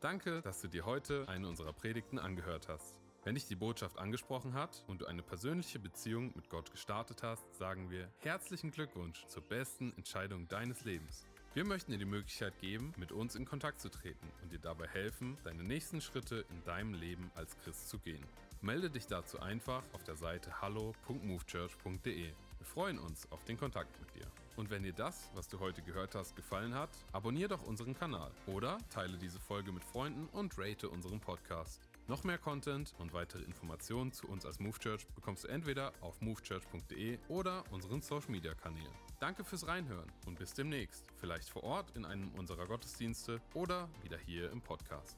Danke, dass du dir heute eine unserer Predigten angehört hast. Wenn dich die Botschaft angesprochen hat und du eine persönliche Beziehung mit Gott gestartet hast, sagen wir herzlichen Glückwunsch zur besten Entscheidung deines Lebens. Wir möchten dir die Möglichkeit geben, mit uns in Kontakt zu treten und dir dabei helfen, deine nächsten Schritte in deinem Leben als Christ zu gehen. Melde dich dazu einfach auf der Seite hallo.movechurch.de. Wir freuen uns auf den Kontakt mit dir. Und wenn dir das, was du heute gehört hast, gefallen hat, abonniere doch unseren Kanal oder teile diese Folge mit Freunden und rate unseren Podcast. Noch mehr Content und weitere Informationen zu uns als Move Church bekommst du entweder auf movechurch.de oder unseren Social Media Kanälen. Danke fürs Reinhören und bis demnächst, vielleicht vor Ort in einem unserer Gottesdienste oder wieder hier im Podcast.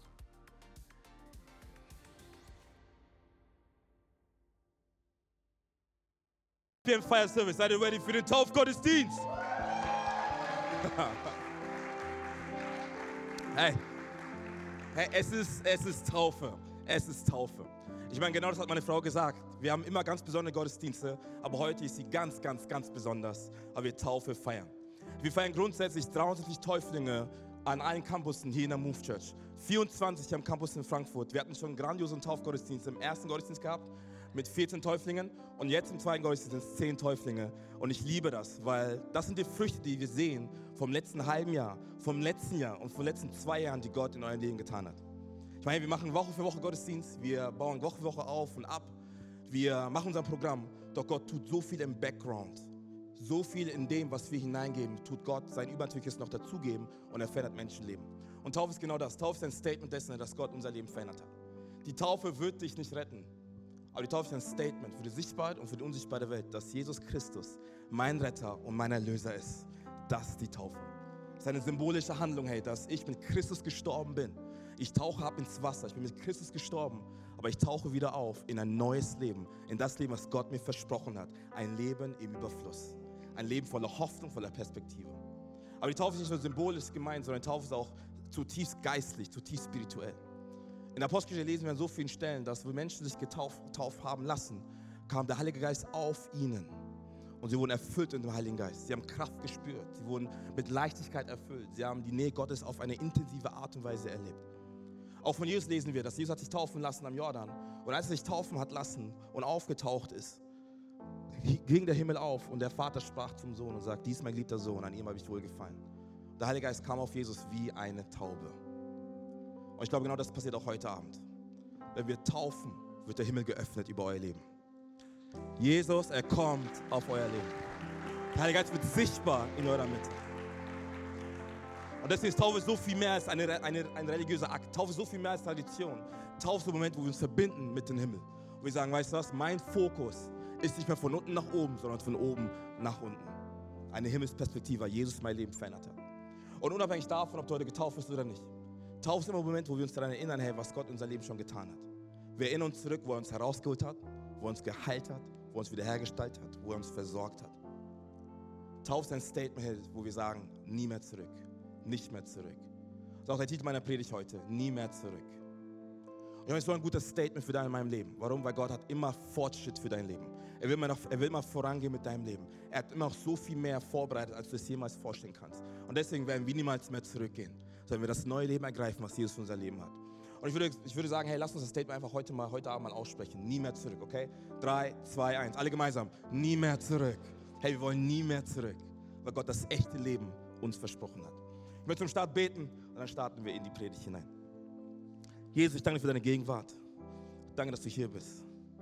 Fire Service, seid ihr ready für den Taufgottesdienst? Hey, es ist Taufe. Es ist Taufe. Ich meine, genau das hat meine Frau gesagt. Wir haben immer ganz besondere Gottesdienste, aber heute ist sie ganz, ganz, ganz besonders, weil wir Taufe feiern. Wir feiern grundsätzlich 63 Täuflinge an allen Campussen hier in der Move Church. 24 am Campus in Frankfurt. Wir hatten schon einen grandiosen Taufgottesdienst im ersten Gottesdienst gehabt mit 14 Täuflingen und jetzt im zweiten Gottesdienst sind es 10 Täuflinge. Und ich liebe das, weil das sind die Früchte, die wir sehen vom letzten halben Jahr, vom letzten Jahr und von den letzten 2 Jahren, die Gott in eurem Leben getan hat. Ich meine, wir machen Woche für Woche Gottesdienst, wir bauen Woche für Woche auf und ab, wir machen unser Programm, doch Gott tut so viel im Background, so viel in dem, was wir hineingeben, tut Gott sein Übernatürliches noch dazugeben und er verändert Menschenleben. Und Taufe ist genau das, Taufe ist ein Statement dessen, dass Gott unser Leben verändert hat. Die Taufe wird dich nicht retten, aber die Taufe ist ein Statement für die sichtbare und für die unsichtbare Welt, dass Jesus Christus mein Retter und mein Erlöser ist. Das ist die Taufe. Das ist eine symbolische Handlung, hey, dass ich mit Christus gestorben bin. Ich tauche ab ins Wasser, ich bin mit Christus gestorben, aber ich tauche wieder auf in ein neues Leben, in das Leben, was Gott mir versprochen hat. Ein Leben im Überfluss, ein Leben voller Hoffnung, voller Perspektive. Aber die Taufe ist nicht nur symbolisch gemeint, sondern die Taufe ist auch zutiefst geistlich, zutiefst spirituell. In der Apostelgeschichte lesen wir an so vielen Stellen, dass wo Menschen sich getauft haben lassen, kam der Heilige Geist auf ihnen. Und sie wurden erfüllt mit dem Heiligen Geist. Sie haben Kraft gespürt. Sie wurden mit Leichtigkeit erfüllt. Sie haben die Nähe Gottes auf eine intensive Art und Weise erlebt. Auch von Jesus lesen wir, dass Jesus hat sich taufen lassen am Jordan. Und als er sich taufen hat lassen und aufgetaucht ist, ging der Himmel auf und der Vater sprach zum Sohn und sagt, dies ist mein geliebter Sohn, an ihm habe ich wohlgefallen. Der Heilige Geist kam auf Jesus wie eine Taube. Und ich glaube, genau das passiert auch heute Abend. Wenn wir taufen, wird der Himmel geöffnet über euer Leben. Jesus, er kommt auf euer Leben. Der Heilige Geist wird sichtbar in eurer Mitte. Und deswegen ist Taufe so viel mehr als ein religiöser Akt. Taufe ist so viel mehr als Tradition. Taufe ist der Moment, wo wir uns verbinden mit dem Himmel. Wo wir sagen, weißt du was, mein Fokus ist nicht mehr von unten nach oben, sondern von oben nach unten. Eine Himmelsperspektive, weil Jesus mein Leben verändert hat. Und unabhängig davon, ob du heute getauft bist oder nicht. Taufe ist immer ein Moment, wo wir uns daran erinnern, hey, was Gott in unser Leben schon getan hat. Wir erinnern uns zurück, wo er uns herausgeholt hat, wo er uns geheilt hat, wo er uns wiederhergestellt hat, wo er uns versorgt hat. Taufe ist ein Statement, wo wir sagen, nie mehr zurück, nicht mehr zurück. Das ist auch der Titel meiner Predigt heute, nie mehr zurück. Und das ist so ein gutes Statement für dein in meinem Leben. Warum? Weil Gott hat immer Fortschritt für dein Leben. Er will immer vorangehen mit deinem Leben. Er hat immer noch so viel mehr vorbereitet, als du es jemals vorstellen kannst. Und deswegen werden wir niemals mehr zurückgehen, sondern wir das neue Leben ergreifen, was Jesus für unser Leben hat. Und ich würde sagen, hey, lass uns das Statement einfach heute Abend mal aussprechen. Nie mehr zurück, okay? 3, 2, 1. Alle gemeinsam. Nie mehr zurück. Hey, wir wollen nie mehr zurück, weil Gott das echte Leben uns versprochen hat. Ich möchte zum Start beten und dann starten wir in die Predigt hinein. Jesus, ich danke dir für deine Gegenwart. Danke, dass du hier bist.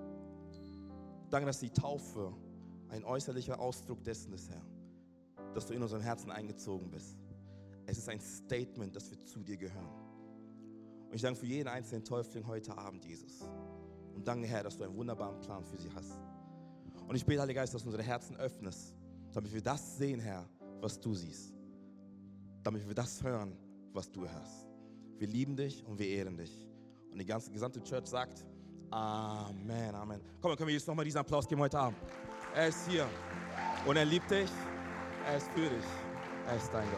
Danke, dass die Taufe ein äußerlicher Ausdruck dessen ist, Herr, dass du in unserem Herzen eingezogen bist. Es ist ein Statement, dass wir zu dir gehören. Und ich danke für jeden einzelnen Täufling heute Abend, Jesus. Und danke, Herr, dass du einen wunderbaren Plan für sie hast. Und ich bete, Heiliger Geist, dass du unsere Herzen öffnest, damit wir das sehen, Herr, was du siehst. Damit wir das hören, was du hörst. Wir lieben dich und wir ehren dich. Und die gesamte Church sagt, Amen, Amen. Komm, dann können wir jetzt nochmal diesen Applaus geben heute Abend. Er ist hier und er liebt dich, er ist für dich, er ist dein Gott.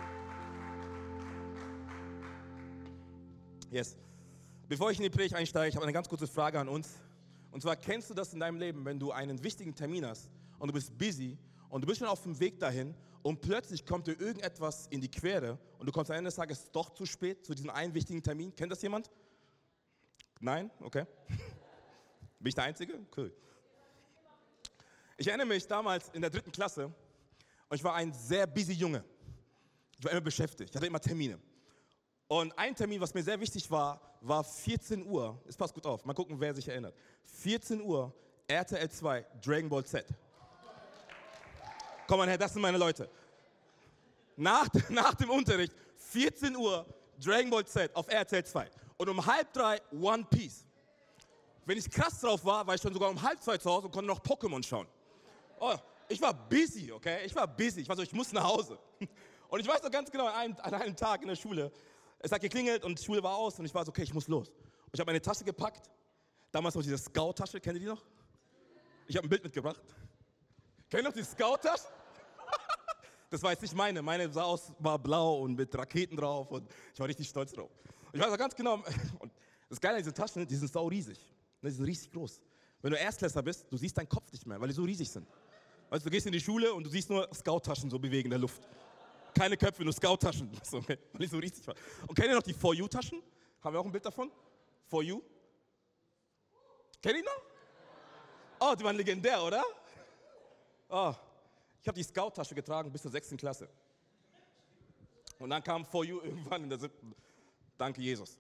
Yes. Bevor ich in die Predigt einsteige, ich habe eine ganz kurze Frage an uns. Und zwar, kennst du das in deinem Leben, wenn du einen wichtigen Termin hast und du bist busy und du bist schon auf dem Weg dahin und plötzlich kommt dir irgendetwas in die Quere und du kommst am Ende des Tages doch zu spät zu diesem einen wichtigen Termin. Kennt das jemand? Nein? Okay. Bin ich der Einzige? Cool. Ich erinnere mich damals in der 3. Klasse und ich war ein sehr busy Junge. Ich war immer beschäftigt, ich hatte immer Termine. Und ein Termin, was mir sehr wichtig war, war 14 Uhr. Es passt gut auf, mal gucken, wer sich erinnert. 14 Uhr, RTL 2, Dragon Ball Z. Komm mal her, das sind meine Leute. Nach dem Unterricht, 14 Uhr, Dragon Ball Z auf RTL 2. Und um 2:30 One Piece. Wenn ich krass drauf war, ich schon sogar um 1:30 zu Hause und konnte noch Pokémon schauen. Oh, ich war busy, okay? Ich war so, ich muss nach Hause. Und ich weiß noch ganz genau, an einem Tag in der Schule, es hat geklingelt und die Schule war aus und ich war so, okay, ich muss los. Und ich habe meine Tasche gepackt. Damals noch diese Scout-Tasche, kennt ihr die noch? Ich habe ein Bild mitgebracht. Kennt ihr noch die Scout-Tasche? Das war jetzt nicht meine. Meine war blau und mit Raketen drauf und ich war richtig stolz drauf. Und ich weiß noch ganz genau, und das Geile an diesen Taschen, die sind sau riesig. Die sind riesig groß. Wenn du Erstklässler bist, du siehst deinen Kopf nicht mehr, weil die so riesig sind. Weißt du, du gehst in die Schule und du siehst nur Scout-Taschen so bewegen in der Luft. Keine Köpfe, nur Scout-Taschen. So, weil ich so riesig war. Und kennt ihr noch die For You-Taschen? Haben wir auch ein Bild davon? For You? Kennt ihr noch? Oh, die waren legendär, oder? Oh, ich habe die Scout-Tasche getragen bis zur 6. Klasse. Und dann kam For You irgendwann in der 7. Danke, Jesus.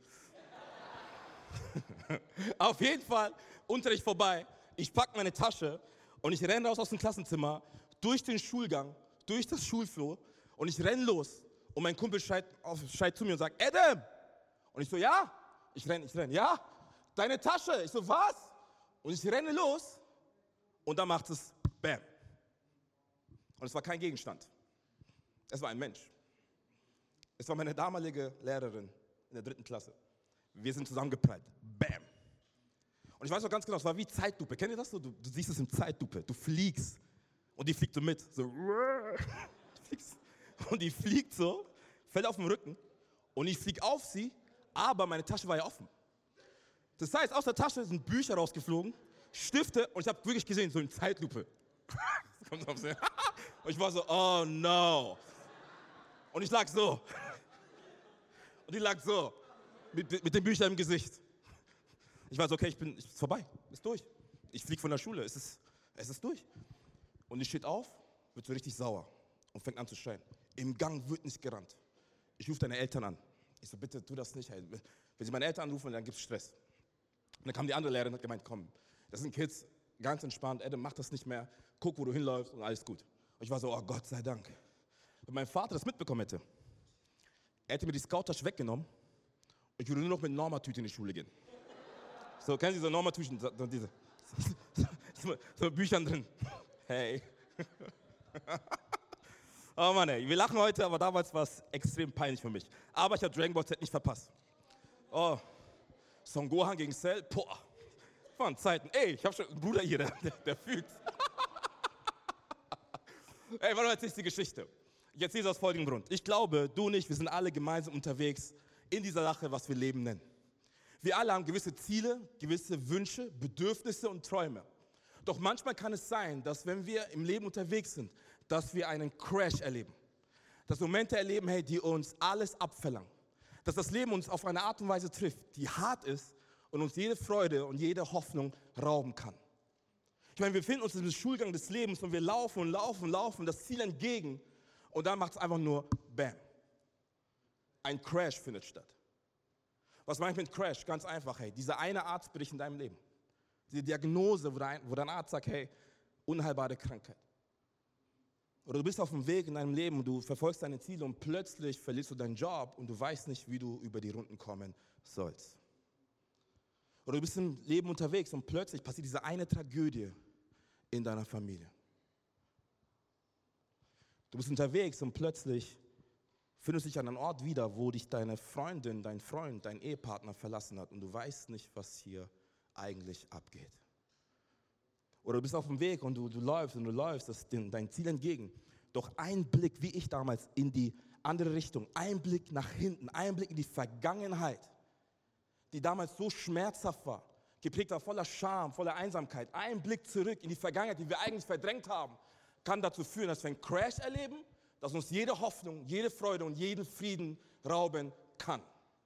Auf jeden Fall, Unterricht vorbei. Ich packe meine Tasche und ich renne raus aus dem Klassenzimmer, durch den Schulgang, durch das Schulflur und ich renne los. Und mein Kumpel schreit zu mir und sagt, Adam! Und ich so, ja? Ich renn, ja? Deine Tasche! Ich so, was? Und ich renne los und dann macht es Bam. Und es war kein Gegenstand. Es war ein Mensch. Es war meine damalige Lehrerin in der 3. Klasse. Wir sind zusammengeprallt. Bam. Und ich weiß noch ganz genau, es war wie Zeitlupe. Kennt ihr das so? Du siehst es in Zeitlupe. Du fliegst und die fliegt so mit. So. Und die fliegt so, fällt auf den Rücken und ich fliege auf sie, aber meine Tasche war ja offen. Das heißt, aus der Tasche sind Bücher rausgeflogen, Stifte und ich habe wirklich gesehen, so in Zeitlupe. Und ich war so, oh no. Und ich lag so. Und die lag so, mit den Büchern im Gesicht. Ich war so, okay, es ist vorbei, ist durch. Ich fliege von der Schule, es ist durch. Und ich steht auf, wird so richtig sauer und fängt an zu schreien. Im Gang wird nicht gerannt. Ich rufe deine Eltern an. Ich so, bitte tu das nicht. Hey. Wenn sie meine Eltern anrufen, dann gibt es Stress. Und dann kam die andere Lehrerin und hat gemeint, komm, das sind Kids, ganz entspannt, Adam, mach das nicht mehr. Guck, wo du hinläufst und alles gut. Und ich war so, oh Gott sei Dank. Wenn mein Vater das mitbekommen hätte, er hätte mir die Scout-Tasche weggenommen und ich würde nur noch mit Norma-Tüte in die Schule gehen. So, kennen Sie so Norma-Tüten, so Büchern drin. Hey. Oh Mann, ey, wir lachen heute, aber damals war es extrem peinlich für mich. Aber ich habe Dragon Ball Z nicht verpasst. Oh, Son Gohan gegen Cell, boah, waren Zeiten. Ey, ich habe schon einen Bruder hier, der fühlt. Ey, warum erzähle ich die Geschichte? Ich erzähle es aus folgendem Grund. Ich glaube, du und ich, wir sind alle gemeinsam unterwegs in dieser Sache, was wir Leben nennen. Wir alle haben gewisse Ziele, gewisse Wünsche, Bedürfnisse und Träume. Doch manchmal kann es sein, dass wenn wir im Leben unterwegs sind, dass wir einen Crash erleben. Dass Momente erleben, hey, die uns alles abverlangen. Dass das Leben uns auf eine Art und Weise trifft, die hart ist und uns jede Freude und jede Hoffnung rauben kann. Ich meine, wir befinden uns in diesem Schulgang des Lebens und wir laufen und laufen und laufen das Ziel entgegen und dann macht es einfach nur Bam. Ein Crash findet statt. Was meine ich mit Crash? Ganz einfach, hey, dieser eine Arztbericht in deinem Leben. Diese Diagnose, wo dein Arzt sagt, hey, unheilbare Krankheit. Oder du bist auf dem Weg in deinem Leben und du verfolgst deine Ziele und plötzlich verlierst du deinen Job und du weißt nicht, wie du über die Runden kommen sollst. Oder du bist im Leben unterwegs und plötzlich passiert diese eine Tragödie in deiner Familie. Du bist unterwegs und plötzlich findest du dich an einem Ort wieder, wo dich deine Freundin, dein Freund, dein Ehepartner verlassen hat und du weißt nicht, was hier eigentlich abgeht. Oder du bist auf dem Weg und du läufst dein Ziel entgegen. Doch ein Blick, wie ich damals, in die andere Richtung, ein Blick nach hinten, ein Blick in die Vergangenheit, die damals so schmerzhaft war, geprägt war voller Scham, voller Einsamkeit, ein Blick zurück in die Vergangenheit, die wir eigentlich verdrängt haben, kann dazu führen, dass wir einen Crash erleben, das uns jede Hoffnung, jede Freude und jeden Frieden rauben kann.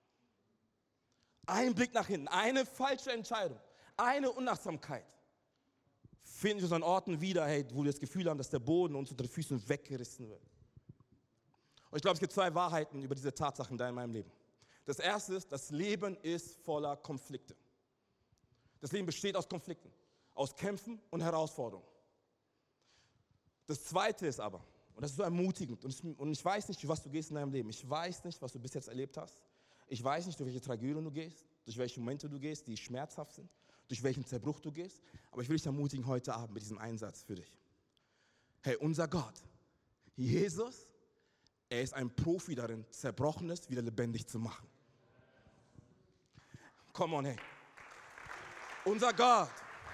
Ein Blick nach hinten, eine falsche Entscheidung, eine Unachtsamkeit finden wir uns an Orten wieder, hey, wo wir das Gefühl haben, dass der Boden uns unter den Füßen weggerissen wird. Und ich glaube, es gibt zwei Wahrheiten über diese Tatsachen da in meinem Leben. Das erste ist, das Leben ist voller Konflikte. Das Leben besteht aus Konflikten, aus Kämpfen und Herausforderungen. Das zweite ist aber, und das ist so ermutigend, und ich weiß nicht, durch was du gehst in deinem Leben. Ich weiß nicht, was du bis jetzt erlebt hast. Ich weiß nicht, durch welche Tragödien du gehst, durch welche Momente du gehst, die schmerzhaft sind, durch welchen Zerbruch du gehst. Aber ich will dich ermutigen heute Abend mit diesem Einsatz für dich. Hey, unser Gott, Jesus, er ist ein Profi darin, Zerbrochenes wieder lebendig zu machen. Come on, hey. Unser Gott,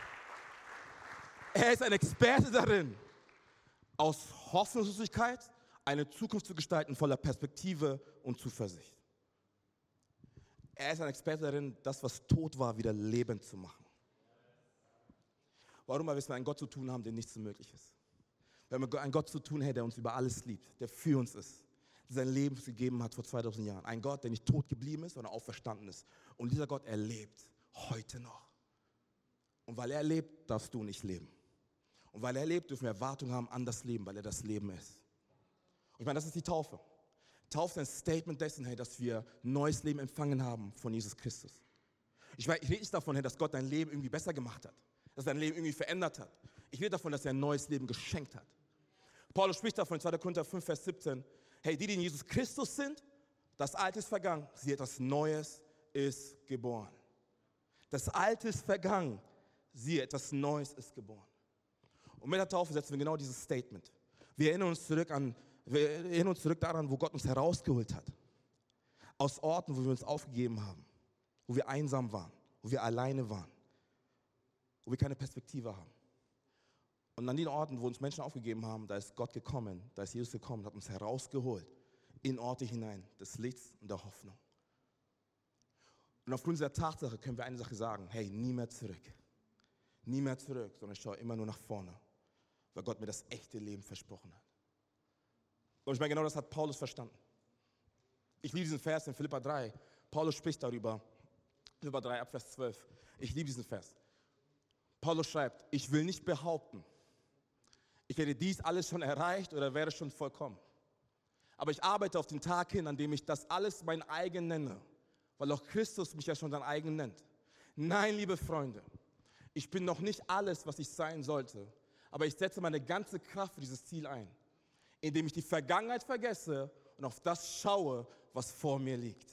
er ist ein Experte darin, aus Hoffnungslosigkeit eine Zukunft zu gestalten voller Perspektive und Zuversicht. Er ist ein Experte darin, das, was tot war, wieder lebend zu machen. Warum? Weil wir es mit einem Gott zu tun haben, dem nichts unmöglich ist. Wir haben mit einem Gott zu tun, hey, der uns über alles liebt, der für uns ist, der sein Leben gegeben hat vor 2000 Jahren. Ein Gott, der nicht tot geblieben ist, sondern auferstanden ist. Und dieser Gott, er lebt heute noch. Und weil er lebt, darfst du nicht leben. Und weil er lebt, dürfen wir Erwartungen haben an das Leben, weil er das Leben ist. Und ich meine, das ist die Taufe. Taufe ist ein Statement dessen, hey, dass wir neues Leben empfangen haben von Jesus Christus. Ich rede nicht davon, hey, dass Gott dein Leben irgendwie besser gemacht hat, dass dein Leben irgendwie verändert hat. Ich rede davon, dass er ein neues Leben geschenkt hat. Paulus spricht davon in 2. Korinther 5, Vers 17, hey, die in Jesus Christus sind, das Alte ist vergangen, siehe, etwas Neues ist geboren. Das Alte ist vergangen, siehe, etwas Neues ist geboren. Und mit der Taufe setzen wir genau dieses Statement. Wir erinnern uns zurück daran, wo Gott uns herausgeholt hat. Aus Orten, wo wir uns aufgegeben haben, wo wir einsam waren, wo wir alleine waren, wo wir keine Perspektive haben. Und an den Orten, wo uns Menschen aufgegeben haben, da ist Gott gekommen, da ist Jesus gekommen, hat uns herausgeholt in Orte hinein, des Lichts und der Hoffnung. Und aufgrund dieser Tatsache können wir eine Sache sagen, hey, nie mehr zurück. Nie mehr zurück, sondern ich schaue immer nur nach vorne, weil Gott mir das echte Leben versprochen hat. Und ich meine, genau das hat Paulus verstanden. Ich liebe diesen Vers in Philipper 3. Paulus spricht darüber, Philipper 3, ab Vers 12. Ich liebe diesen Vers. Paulus schreibt, ich will nicht behaupten, ich hätte dies alles schon erreicht oder wäre schon vollkommen. Aber ich arbeite auf den Tag hin, an dem ich das alles mein eigen nenne, weil auch Christus mich ja schon sein eigen nennt. Nein, liebe Freunde, ich bin noch nicht alles, was ich sein sollte, aber ich setze meine ganze Kraft für dieses Ziel ein, indem ich die Vergangenheit vergesse und auf das schaue, was vor mir liegt.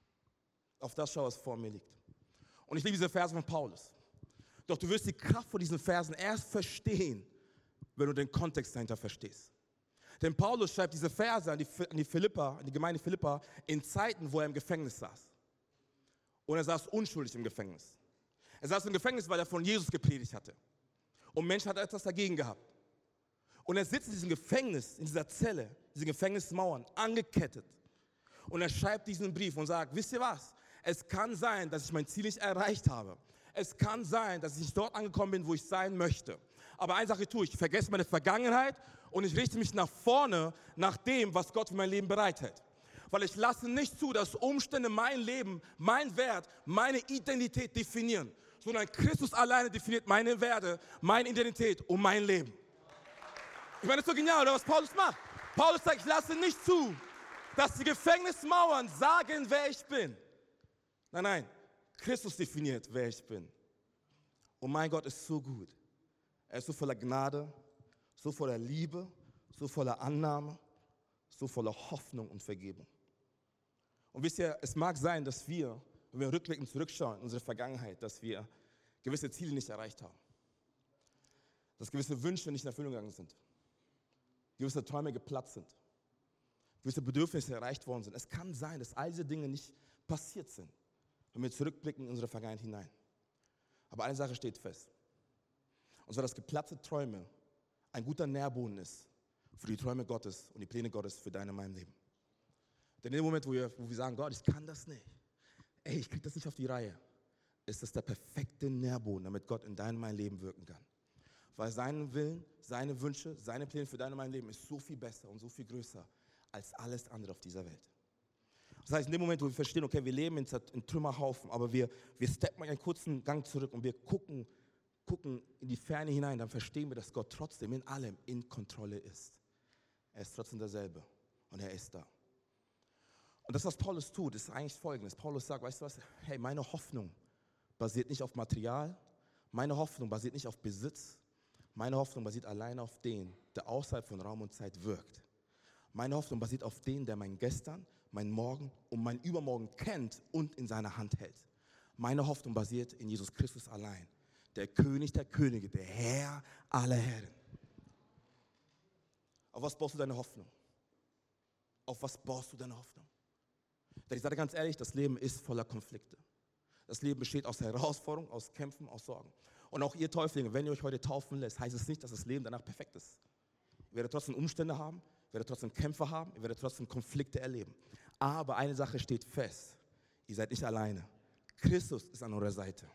Auf das schaue, was vor mir liegt. Und ich liebe diese Verse von Paulus. Doch du wirst die Kraft von diesen Versen erst verstehen, wenn du den Kontext dahinter verstehst. Denn Paulus schreibt diese Verse an die Gemeinde Philippa in Zeiten, wo er im Gefängnis saß. Und er saß unschuldig im Gefängnis. Er saß im Gefängnis, weil er von Jesus gepredigt hatte. Und Menschen hatten etwas dagegen gehabt. Und er sitzt in diesem Gefängnis, in dieser Zelle, diese Gefängnismauern, angekettet. Und er schreibt diesen Brief und sagt, wisst ihr was? Es kann sein, dass ich mein Ziel nicht erreicht habe. Es kann sein, dass ich nicht dort angekommen bin, wo ich sein möchte. Aber eine Sache tue ich vergesse meine Vergangenheit und ich richte mich nach vorne, nach dem, was Gott für mein Leben bereithält. Weil ich lasse nicht zu, dass Umstände mein Leben, mein Wert, meine Identität definieren. Sondern Christus alleine definiert meine Werte, meine Identität und mein Leben. Ich meine, das ist so genial, oder was Paulus macht. Paulus sagt, ich lasse nicht zu, dass die Gefängnismauern sagen, wer ich bin. Nein, nein, Christus definiert, wer ich bin. Und mein Gott ist so gut. Er ist so voller Gnade, so voller Liebe, so voller Annahme, so voller Hoffnung und Vergebung. Und wisst ihr, es mag sein, dass wir, wenn wir rückblickend zurückschauen in unsere Vergangenheit, dass wir gewisse Ziele nicht erreicht haben. Dass gewisse Wünsche nicht in Erfüllung gegangen sind. Gewisse Träume geplatzt sind. Gewisse Bedürfnisse erreicht worden sind. Es kann sein, dass all diese Dinge nicht passiert sind, wenn wir zurückblicken in unsere Vergangenheit hinein. Aber eine Sache steht fest. Und zwar, dass geplatzte Träume ein guter Nährboden ist für die Träume Gottes und die Pläne Gottes für dein und mein Leben. Denn in dem Moment, wo wir sagen, Gott, ich kann das nicht, ich kriege das nicht auf die Reihe, ist das der perfekte Nährboden, damit Gott in dein und mein Leben wirken kann. Weil sein Willen, seine Wünsche, seine Pläne für dein und mein Leben ist so viel besser und so viel größer als alles andere auf dieser Welt. Das heißt, in dem Moment, wo wir verstehen, okay, wir leben in Trümmerhaufen, aber wir steppen einen kurzen Gang zurück und wir gucken in die Ferne hinein, dann verstehen wir, dass Gott trotzdem in allem in Kontrolle ist. Er ist trotzdem derselbe und er ist da. Und das, was Paulus tut, ist eigentlich Folgendes. Paulus sagt, weißt du was, hey, meine Hoffnung basiert nicht auf Material, meine Hoffnung basiert nicht auf Besitz, meine Hoffnung basiert alleine auf den, der außerhalb von Raum und Zeit wirkt. Meine Hoffnung basiert auf den, der mein Gestern, mein Morgen und mein Übermorgen kennt und in seiner Hand hält. Meine Hoffnung basiert in Jesus Christus allein, der König der Könige, der Herr aller Herren. Auf was baust du deine Hoffnung? Auf was baust du deine Hoffnung? Denn ich sage ganz ehrlich, das Leben ist voller Konflikte. Das Leben besteht aus Herausforderungen, aus Kämpfen, aus Sorgen. Und auch ihr Täuflinge, wenn ihr euch heute taufen lässt, heißt es nicht, dass das Leben danach perfekt ist. Ihr werdet trotzdem Umstände haben, ihr werdet trotzdem Kämpfe haben, ihr werdet trotzdem Konflikte erleben. Aber eine Sache steht fest, ihr seid nicht alleine. Christus ist an eurer Seite.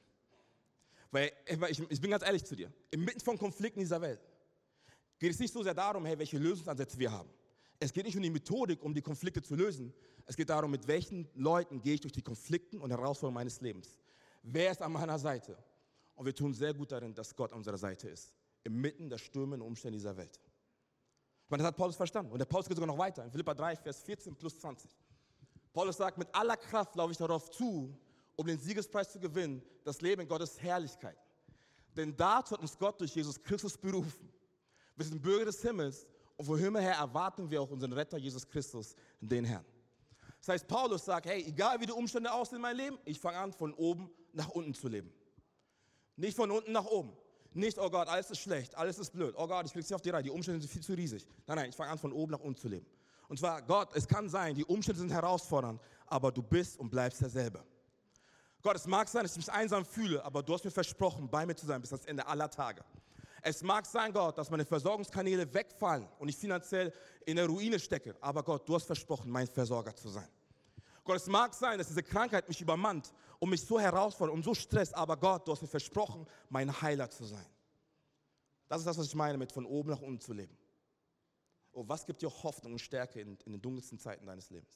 Weil ich bin ganz ehrlich zu dir, inmitten von Konflikten dieser Welt geht es nicht so sehr darum, hey, welche Lösungsansätze wir haben. Es geht nicht um die Methodik, um die Konflikte zu lösen. Es geht darum, mit welchen Leuten gehe ich durch die Konflikten und Herausforderungen meines Lebens. Wer ist an meiner Seite? Und wir tun sehr gut darin, dass Gott an unserer Seite ist. Inmitten der Stürme und Umstände dieser Welt. Ich meine, das hat Paulus verstanden. Und der Paulus geht sogar noch weiter. In Philipper 3, Vers 14 plus 20. Paulus sagt, mit aller Kraft laufe ich darauf zu, um den Siegespreis zu gewinnen, das Leben in Gottes Herrlichkeit. Denn dazu hat uns Gott durch Jesus Christus berufen. Wir sind Bürger des Himmels und vom Himmel her erwarten wir auch unseren Retter Jesus Christus, den Herrn. Das heißt, Paulus sagt, hey, egal wie die Umstände aussehen in meinem Leben, ich fange an, von oben nach unten zu leben. Nicht von unten nach oben. Nicht, oh Gott, alles ist schlecht, alles ist blöd. Oh Gott, ich krieg's nicht auf die Reihe, die Umstände sind viel zu riesig. Nein, ich fange an, von oben nach unten zu leben. Und zwar, Gott, es kann sein, die Umstände sind herausfordernd, aber du bist und bleibst derselbe. Gott, es mag sein, dass ich mich einsam fühle, aber du hast mir versprochen, bei mir zu sein bis ans Ende aller Tage. Es mag sein, Gott, dass meine Versorgungskanäle wegfallen und ich finanziell in der Ruine stecke, aber Gott, du hast versprochen, mein Versorger zu sein. Gott, es mag sein, dass diese Krankheit mich übermannt und mich so herausfordert und so stresst, aber Gott, du hast mir versprochen, mein Heiler zu sein. Das ist das, was ich meine, mit von oben nach unten zu leben. Oh, was gibt dir Hoffnung und Stärke in den dunkelsten Zeiten deines Lebens?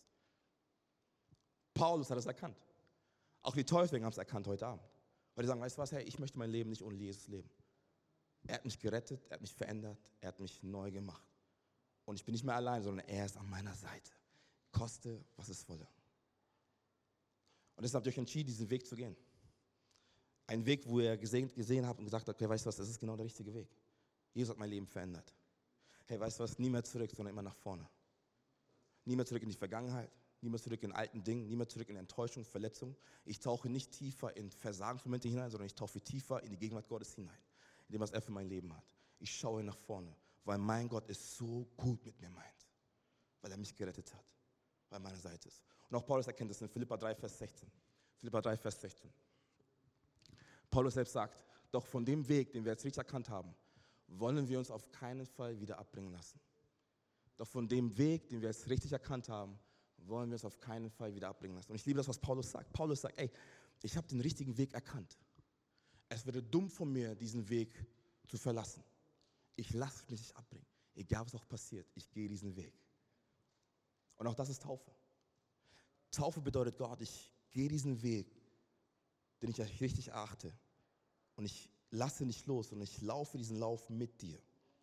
Paulus hat es erkannt. Auch die Täuflinge haben es erkannt heute Abend. Weil die sagen, weißt du was, hey, ich möchte mein Leben nicht ohne Jesus leben. Er hat mich gerettet, er hat mich verändert, er hat mich neu gemacht. Und ich bin nicht mehr allein, sondern er ist an meiner Seite. Koste, was es wolle. Und deshalb habt ihr euch entschieden, diesen Weg zu gehen. Ein Weg, wo ihr gesehen habt und gesagt habt, okay, weißt du was, das ist genau der richtige Weg. Jesus hat mein Leben verändert. Hey, weißt du was, nie mehr zurück, sondern immer nach vorne. Nie mehr zurück in die Vergangenheit, nie mehr zurück in alten Dingen, nie mehr zurück in Enttäuschung, Verletzung. Ich tauche nicht tiefer in Versagensmomente hinein, sondern ich tauche tiefer in die Gegenwart Gottes hinein, in dem, was er für mein Leben hat. Ich schaue nach vorne, weil mein Gott es so gut mit mir meint, weil er mich gerettet hat, weil er an meiner Seite ist. Und auch Paulus erkennt das in Philipper 3, Vers 16. Philipper 3, Vers 16. Paulus selbst sagt, doch von dem Weg, den wir jetzt richtig erkannt haben, wollen wir uns auf keinen Fall wieder abbringen lassen. Doch von dem Weg, den wir jetzt richtig erkannt haben, wollen wir uns auf keinen Fall wieder abbringen lassen. Und ich liebe das, was Paulus sagt. Paulus sagt, ey, ich habe den richtigen Weg erkannt. Es wäre dumm von mir, diesen Weg zu verlassen. Ich lasse mich nicht abbringen. Egal, was auch passiert, ich gehe diesen Weg. Und auch das ist Taufe. Taufe bedeutet, Gott, ich gehe diesen Weg, den ich richtig erachte. Und ich lasse nicht los und ich laufe diesen Lauf mit dir.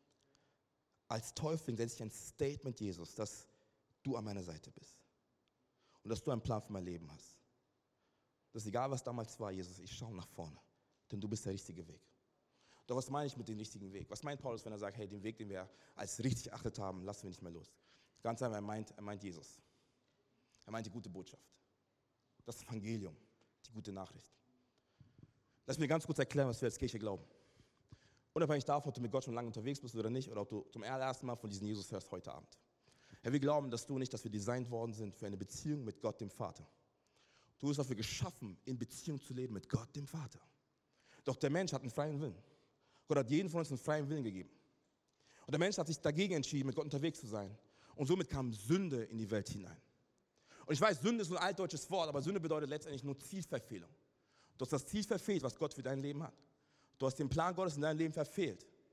Als Täufling setze ich ein Statement, Jesus, dass du an meiner Seite bist. Und dass du einen Plan für mein Leben hast. Das ist egal, was damals war, Jesus, ich schaue nach vorne. Denn du bist der richtige Weg. Doch was meine ich mit dem richtigen Weg? Was meint Paulus, wenn er sagt, hey, den Weg, den wir als richtig erachtet haben, lassen wir nicht mehr los? Ganz einfach, er meint Jesus. Er meint die gute Botschaft. Das Evangelium, die gute Nachricht. Lass mir ganz kurz erklären, was wir als Kirche glauben. Unabhängig davon, ob du mit Gott schon lange unterwegs bist oder nicht, oder ob du zum allerersten Mal von diesem Jesus hörst heute Abend. Ja, wir glauben, dass wir designt worden sind für eine Beziehung mit Gott, dem Vater. Du bist dafür geschaffen, in Beziehung zu leben mit Gott, dem Vater. Doch der Mensch hat einen freien Willen. Gott hat jedem von uns einen freien Willen gegeben. Und der Mensch hat sich dagegen entschieden, mit Gott unterwegs zu sein. Und somit kam Sünde in die Welt hinein. Und ich weiß, Sünde ist ein altdeutsches Wort, aber Sünde bedeutet letztendlich nur Zielverfehlung. Du hast das Ziel verfehlt, was Gott für dein Leben hat. Du hast den Plan Gottes in deinem Leben verfehlt.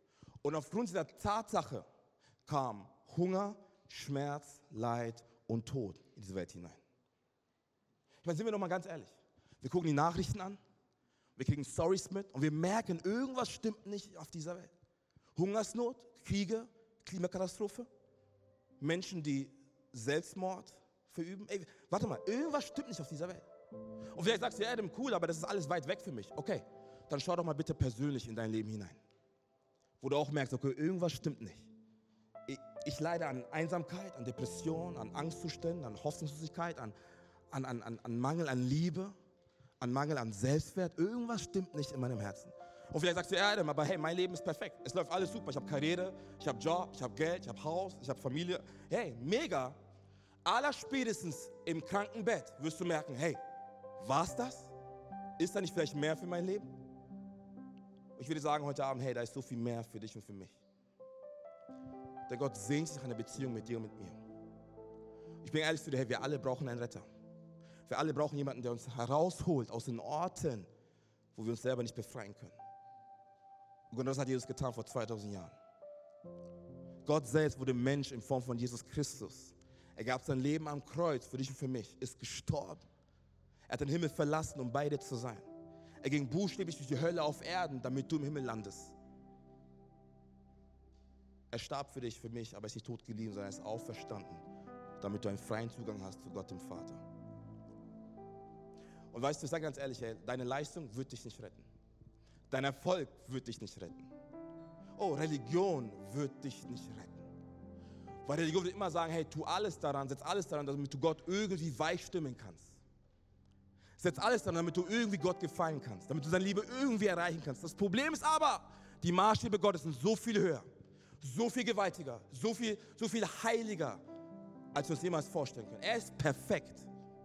Und aufgrund dieser Tatsache kam Hunger, Schmerz, Leid und Tod in diese Welt hinein. Ich meine, sind wir doch mal ganz ehrlich. Wir gucken die Nachrichten an, wir kriegen Stories mit und wir merken, irgendwas stimmt nicht auf dieser Welt. Hungersnot, Kriege, Klimakatastrophe, Menschen, die Selbstmord verüben. Ey, warte mal, irgendwas stimmt nicht auf dieser Welt. Und vielleicht sagst du, ja, Adam, cool, aber das ist alles weit weg für mich. Okay, dann schau doch mal bitte persönlich in dein Leben hinein. Wo du auch merkst, okay, irgendwas stimmt nicht. Ich leide an Einsamkeit, an Depression, an Angstzuständen, an Hoffnungslosigkeit, an Mangel an Liebe, an Mangel an Selbstwert. Irgendwas stimmt nicht in meinem Herzen. Und vielleicht sagst du, ja, Adam, aber hey, mein Leben ist perfekt. Es läuft alles super. Ich habe Karriere, ich habe Job, ich habe Geld, ich habe Haus, ich habe Familie. Hey, mega. Allerspätestens im Krankenbett wirst du merken, hey, war's das? Ist da nicht vielleicht mehr für mein Leben? Ich würde sagen heute Abend, hey, da ist so viel mehr für dich und für mich. Denn Gott sehnt sich nach einer Beziehung mit dir und mit mir. Ich bin ehrlich zu dir, hey, wir alle brauchen einen Retter. Wir alle brauchen jemanden, der uns herausholt aus den Orten, wo wir uns selber nicht befreien können. Und genau das hat Jesus getan vor 2000 Jahren. Gott selbst wurde Mensch in Form von Jesus Christus. Er gab sein Leben am Kreuz für dich und für mich, ist gestorben. Er hat den Himmel verlassen, um bei dir zu sein. Er ging buchstäblich durch die Hölle auf Erden, damit du im Himmel landest. Er starb für dich, für mich, aber er ist nicht tot geblieben, sondern er ist auferstanden, damit du einen freien Zugang hast zu Gott, dem Vater. Und weißt du, ich sage ganz ehrlich, ey, deine Leistung wird dich nicht retten. Dein Erfolg wird dich nicht retten. Oh, Religion wird dich nicht retten. Weil Religion wird immer sagen, hey, tu alles daran, setz alles daran, damit du Gott irgendwie weich stimmen kannst. Setz alles daran, damit du irgendwie Gott gefallen kannst, damit du seine Liebe irgendwie erreichen kannst. Das Problem ist aber, die Maßstäbe Gottes sind so viel höher, so viel gewaltiger, so viel heiliger, als wir uns jemals vorstellen können. Er ist perfekt.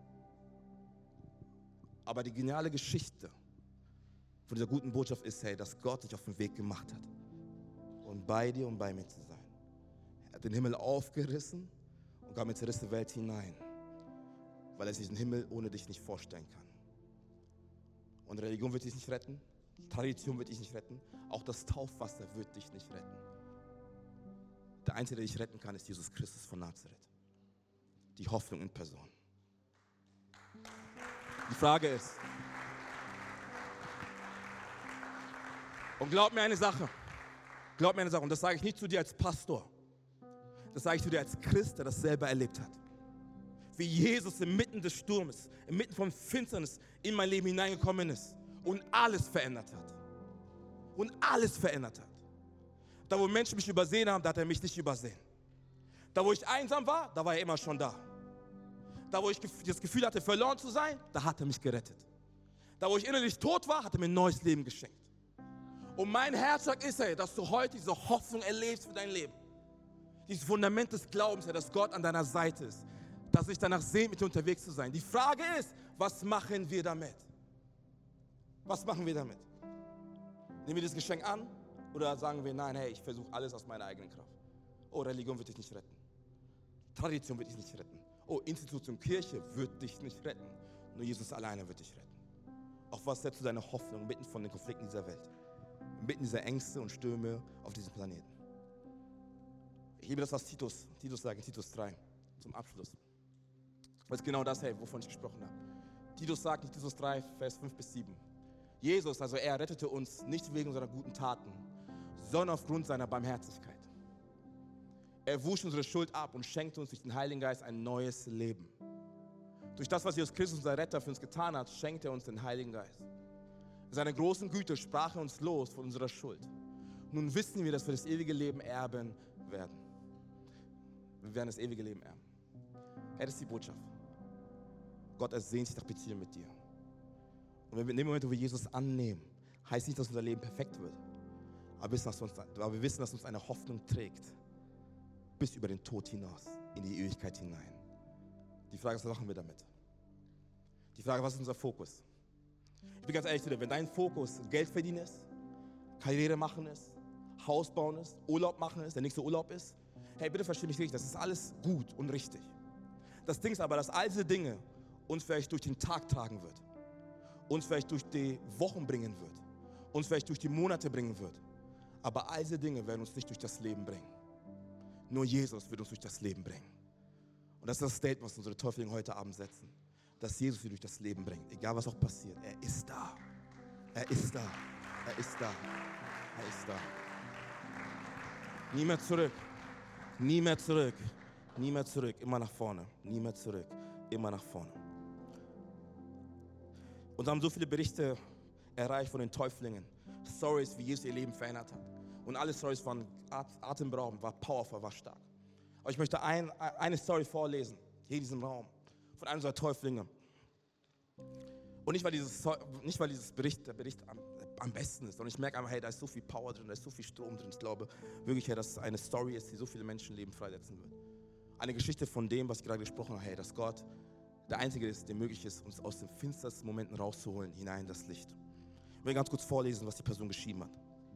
Aber die geniale Geschichte von dieser guten Botschaft ist, hey, dass Gott sich auf den Weg gemacht hat, um bei dir und bei mir zu sein. Er hat den Himmel aufgerissen und kam in die zerrissene Welt hinein, weil er sich den Himmel ohne dich nicht vorstellen kann. Und Religion wird dich nicht retten, Tradition wird dich nicht retten, auch das Taufwasser wird dich nicht retten. Der Einzige, der dich retten kann, ist Jesus Christus von Nazareth. Die Hoffnung in Person. Die Frage ist, und glaub mir eine Sache, und das sage ich nicht zu dir als Pastor, das sage ich zu dir als Christ, der das selber erlebt hat. Wie Jesus inmitten des Sturmes, inmitten von Finsternis in mein Leben hineingekommen ist und alles verändert hat. Und alles verändert hat. Da, wo Menschen mich übersehen haben, da hat er mich nicht übersehen. Da, wo ich einsam war, da war er immer schon da. Da, wo ich das Gefühl hatte, verloren zu sein, da hat er mich gerettet. Da, wo ich innerlich tot war, hat er mir ein neues Leben geschenkt. Und mein Herzschlag ist, dass du heute diese Hoffnung erlebst für dein Leben. Dieses Fundament des Glaubens, dass Gott an deiner Seite ist. Dass ich danach sehnt, mit dir unterwegs zu sein. Die Frage ist, was machen wir damit? Was machen wir damit? Nehmen wir das Geschenk an oder sagen wir, nein, hey, ich versuche alles aus meiner eigenen Kraft. Oh, Religion wird dich nicht retten. Tradition wird dich nicht retten. Oh, Institution, Kirche wird dich nicht retten. Nur Jesus alleine wird dich retten. Auf was setzt du deine Hoffnung mitten von den Konflikten dieser Welt? Mitten dieser Ängste und Stürme auf diesem Planeten. Ich liebe das, was Titus sagt, in Titus 3, zum Abschluss. Das ist genau das, hey, wovon ich gesprochen habe. Titus sagt in Titus 3, Vers 5 bis 7. Jesus, also er rettete uns nicht wegen seiner guten Taten, sondern aufgrund seiner Barmherzigkeit. Er wusch unsere Schuld ab und schenkte uns durch den Heiligen Geist ein neues Leben. Durch das, was Jesus Christus, unser Retter, für uns getan hat, schenkt er uns den Heiligen Geist. In seiner großen Güte sprach er uns los von unserer Schuld. Nun wissen wir, dass wir das ewige Leben erben werden. Wir werden das ewige Leben erben. Hey, das ist die Botschaft. Gott ersehnt sich nach Beziehung mit dir. Und wenn wir in dem Moment, wo wir Jesus annehmen, heißt nicht, dass unser Leben perfekt wird. Aber wir wissen, dass uns eine Hoffnung trägt. Bis über den Tod hinaus, in die Ewigkeit hinein. Die Frage ist, was machen wir damit? Die Frage, was ist unser Fokus? Ich bin ganz ehrlich zu dir, wenn dein Fokus Geld verdienen ist, Karriere machen ist, Haus bauen ist, Urlaub machen ist, der nächste Urlaub ist, hey, bitte versteh mich richtig, das ist alles gut und richtig. Das Ding ist aber, dass all diese Dinge uns vielleicht durch den Tag tragen wird, uns vielleicht durch die Wochen bringen wird, uns vielleicht durch die Monate bringen wird, Aber all diese Dinge werden uns nicht durch das Leben bringen. Nur Jesus wird uns durch das Leben bringen. Und das ist das Statement, was unsere Täuflinge heute Abend setzen. Dass Jesus sie durch das Leben bringt. Egal was auch passiert. Er ist da. Er ist da. Er ist da. Er ist da. Nie mehr zurück. Nie mehr zurück. Nie mehr zurück. Immer nach vorne. Nie mehr zurück. Immer nach vorne. Und haben so viele Berichte erreicht von den Täuflingen. Stories, wie Jesus ihr Leben verändert hat. Und alle Stories waren atemberaubend, war powerful, war stark. Aber ich möchte eine Story vorlesen, hier in diesem Raum, von einem unserer Täuflinge. Und nicht, weil der Bericht am besten ist, sondern ich merke einfach, hey, da ist so viel Power drin, da ist so viel Strom drin. Ich glaube wirklich, hey, dass es eine Story ist, die so viele Menschenleben freisetzen wird. Eine Geschichte von dem, was ich gerade gesprochen habe, hey, dass Gott der Einzige ist, der möglich ist, uns aus den finstersten Momenten rauszuholen, hinein in das Licht. Ich will ganz kurz vorlesen, was die Person geschrieben hat.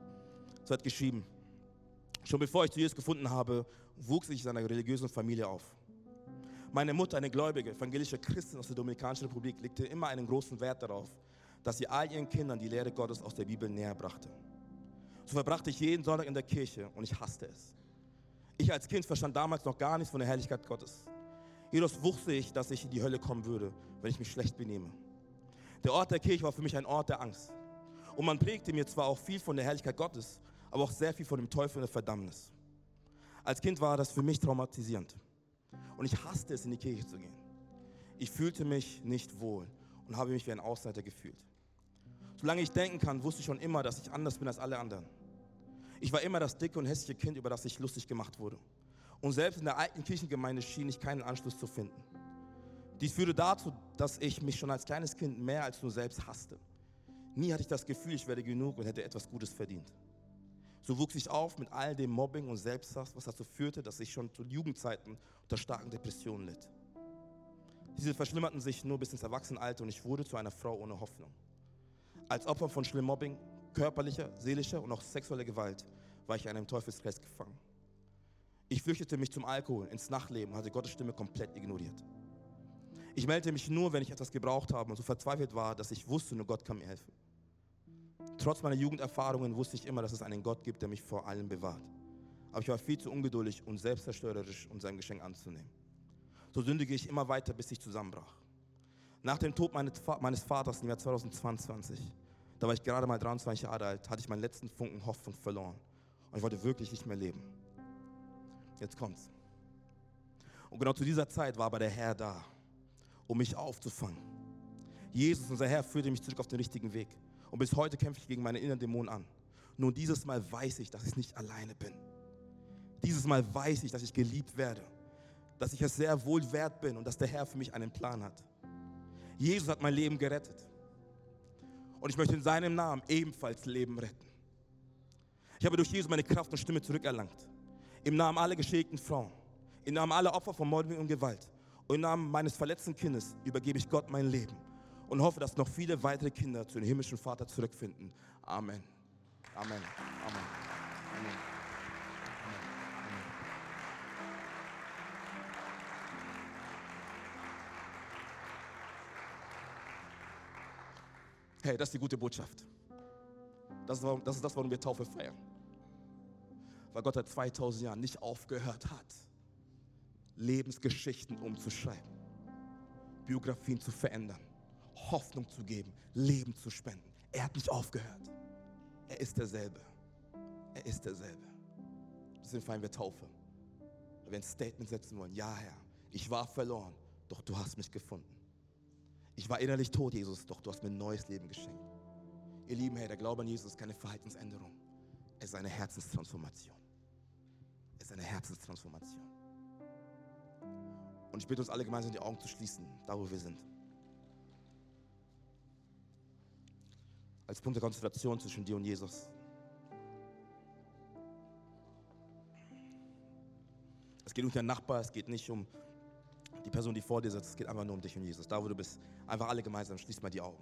So hat geschrieben: Schon bevor ich zu Jesus gefunden habe, wuchs ich in einer religiösen Familie auf. Meine Mutter, eine gläubige, evangelische Christin aus der Dominikanischen Republik, legte immer einen großen Wert darauf, dass sie all ihren Kindern die Lehre Gottes aus der Bibel näher brachte. So verbrachte ich jeden Sonntag in der Kirche und ich hasste es. Ich als Kind verstand damals noch gar nichts von der Herrlichkeit Gottes. Jedoch wusste ich, dass ich in die Hölle kommen würde, wenn ich mich schlecht benehme. Der Ort der Kirche war für mich ein Ort der Angst. Und man predigte mir zwar auch viel von der Herrlichkeit Gottes, aber auch sehr viel von dem Teufel und der Verdammnis. Als Kind war das für mich traumatisierend. Und ich hasste es, in die Kirche zu gehen. Ich fühlte mich nicht wohl und habe mich wie ein Außenseiter gefühlt. Solange ich denken kann, wusste ich schon immer, dass ich anders bin als alle anderen. Ich war immer das dicke und hässliche Kind, über das ich lustig gemacht wurde. Und selbst in der alten Kirchengemeinde schien ich keinen Anschluss zu finden. Dies führte dazu, dass ich mich schon als kleines Kind mehr als nur selbst hasste. Nie hatte ich das Gefühl, ich werde genug und hätte etwas Gutes verdient. So wuchs ich auf mit all dem Mobbing und Selbsthass, was dazu führte, dass ich schon zu Jugendzeiten unter starken Depressionen litt. Diese verschlimmerten sich nur bis ins Erwachsenenalter und ich wurde zu einer Frau ohne Hoffnung. Als Opfer von schlimmem Mobbing, körperlicher, seelischer und auch sexueller Gewalt war ich in einem Teufelskreis gefangen. Ich flüchtete mich zum Alkohol, ins Nachtleben und hatte Gottes Stimme komplett ignoriert. Ich meldete mich nur, wenn ich etwas gebraucht habe und so verzweifelt war, dass ich wusste, nur Gott kann mir helfen. Trotz meiner Jugenderfahrungen wusste ich immer, dass es einen Gott gibt, der mich vor allem bewahrt. Aber ich war viel zu ungeduldig und selbstzerstörerisch, um sein Geschenk anzunehmen. So sündigte ich immer weiter, bis ich zusammenbrach. Nach dem Tod meines Vaters im Jahr 2022, da war ich gerade mal 23 Jahre alt, hatte ich meinen letzten Funken Hoffnung verloren. Und ich wollte wirklich nicht mehr leben. Jetzt kommt's. Und genau zu dieser Zeit war aber der Herr da, um mich aufzufangen. Jesus, unser Herr, führte mich zurück auf den richtigen Weg. Und bis heute kämpfe ich gegen meine inneren Dämonen an. Nun dieses Mal weiß ich, dass ich nicht alleine bin. Dieses Mal weiß ich, dass ich geliebt werde. Dass ich es sehr wohl wert bin und dass der Herr für mich einen Plan hat. Jesus hat mein Leben gerettet. Und ich möchte in seinem Namen ebenfalls Leben retten. Ich habe durch Jesus meine Kraft und Stimme zurückerlangt. Im Namen aller geschädigten Frauen. Im Namen aller Opfer von Mobbing und Gewalt. Und im Namen meines verletzten Kindes übergebe ich Gott mein Leben. Und hoffe, dass noch viele weitere Kinder zu dem himmlischen Vater zurückfinden. Amen. Amen. Amen. Amen. Amen. Hey, das ist die gute Botschaft. Das ist das, warum wir Taufe feiern. Weil Gott seit 2000 Jahren nicht aufgehört hat, Lebensgeschichten umzuschreiben, Biografien zu verändern, Hoffnung zu geben, Leben zu spenden. Er hat nicht aufgehört. Er ist derselbe. Er ist derselbe. Deswegen feiern wir Taufe. Weil wir ein Statement setzen wollen. Ja, Herr, ich war verloren, doch du hast mich gefunden. Ich war innerlich tot, Jesus, doch du hast mir ein neues Leben geschenkt. Ihr Lieben, hey, der Glaube an Jesus ist keine Verhaltensänderung. Es ist eine Herzenstransformation. Es ist eine Herzenstransformation. Und ich bitte uns alle gemeinsam die Augen zu schließen, da wo wir sind. Als Punkt der Konzentration zwischen dir und Jesus. Es geht nicht um deinen Nachbar, es geht nicht um die Person, die vor dir sitzt, es geht einfach nur um dich und Jesus. Da wo du bist, einfach alle gemeinsam, schließ mal die Augen.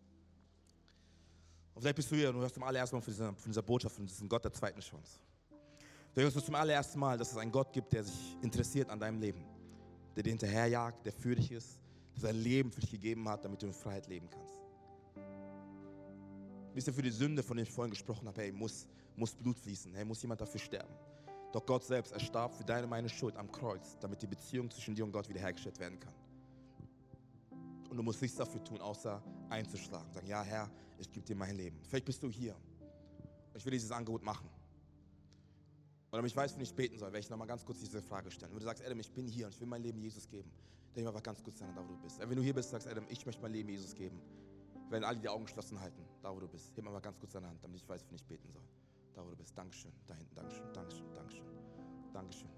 Und vielleicht bist du hier und du hörst zum allerersten Mal von dieser Botschaft, von diesem Gott der zweiten Chance. Du hörst zum allerersten Mal, dass es einen Gott gibt, der sich interessiert an deinem Leben. Der dir hinterherjagt, der für dich ist, der sein Leben für dich gegeben hat, damit du in Freiheit leben kannst. Wisst ihr, für die Sünde, von der ich vorhin gesprochen habe, hey, muss muss Blut fließen, hey, muss jemand dafür sterben. Doch Gott selbst, er starb für deine und meine Schuld am Kreuz, damit die Beziehung zwischen dir und Gott wiederhergestellt werden kann. Und du musst nichts dafür tun, außer einzuschlagen. Sagen, ja Herr, ich gebe dir mein Leben. Vielleicht bist du hier und ich will dieses Angebot machen. Und damit ich weiß, wenn ich beten soll, werde ich nochmal ganz kurz diese Frage stellen. Wenn du sagst, Adam, ich bin hier und ich will mein Leben Jesus geben, dann ich mal einfach ganz kurz sein, da wo du bist. Wenn du hier bist, sagst Adam, ich möchte mein Leben Jesus geben. Wenn alle die Augen geschlossen halten, da wo du bist, heb mal ganz kurz deine Hand, damit ich weiß, wenn ich beten soll. Da wo du bist, Dankeschön, da hinten, Dankeschön, Dankeschön, Dankeschön, Dankeschön.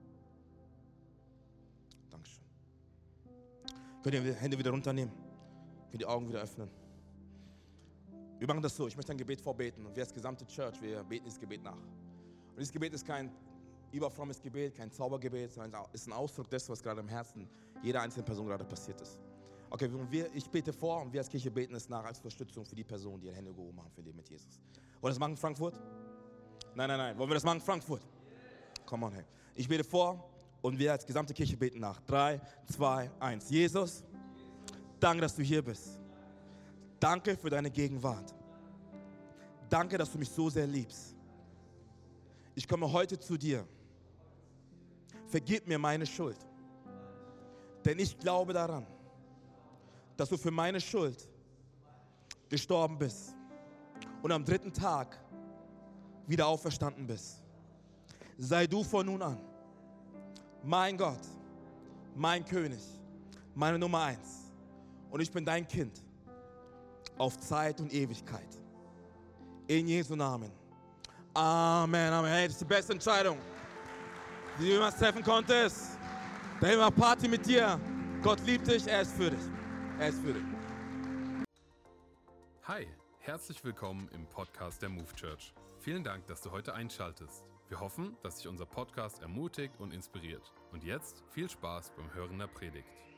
Dankeschön. Könnt ihr die Hände wieder runternehmen? Könnt ihr die Augen wieder öffnen? Wir machen das so, ich möchte ein Gebet vorbeten und wir als gesamte Church, wir beten dieses Gebet nach. Und dieses Gebet ist kein überfrommes Gebet, kein Zaubergebet, sondern es ist ein Ausdruck dessen, was gerade im Herzen jeder einzelnen Person gerade passiert ist. Okay, ich bete vor und wir als Kirche beten es nach als Unterstützung für die Personen, die ihre Hände gehoben haben für ihr Leben mit Jesus. Wollen wir das machen in Frankfurt? Nein. Wollen wir das machen in Frankfurt? Come on, hey. Ich bete vor und wir als gesamte Kirche beten nach. 3, 2, 1. Jesus, danke, dass du hier bist. Danke für deine Gegenwart. Danke, dass du mich so sehr liebst. Ich komme heute zu dir. Vergib mir meine Schuld. Denn ich glaube daran, dass du für meine Schuld gestorben bist und am 3. Tag wieder auferstanden bist. Sei du von nun an mein Gott, mein König, meine Nummer 1. Und ich bin dein Kind auf Zeit und Ewigkeit. In Jesu Namen. Amen, Amen. Hey, das ist die beste Entscheidung, die du jemals treffen konntest. Der Himmel macht Party mit dir. Gott liebt dich, er ist für dich. Er ist für dich. Hi, herzlich willkommen im Podcast der Move Church. Vielen Dank, dass du heute einschaltest. Wir hoffen, dass dich unser Podcast ermutigt und inspiriert. Und jetzt viel Spaß beim Hören der Predigt.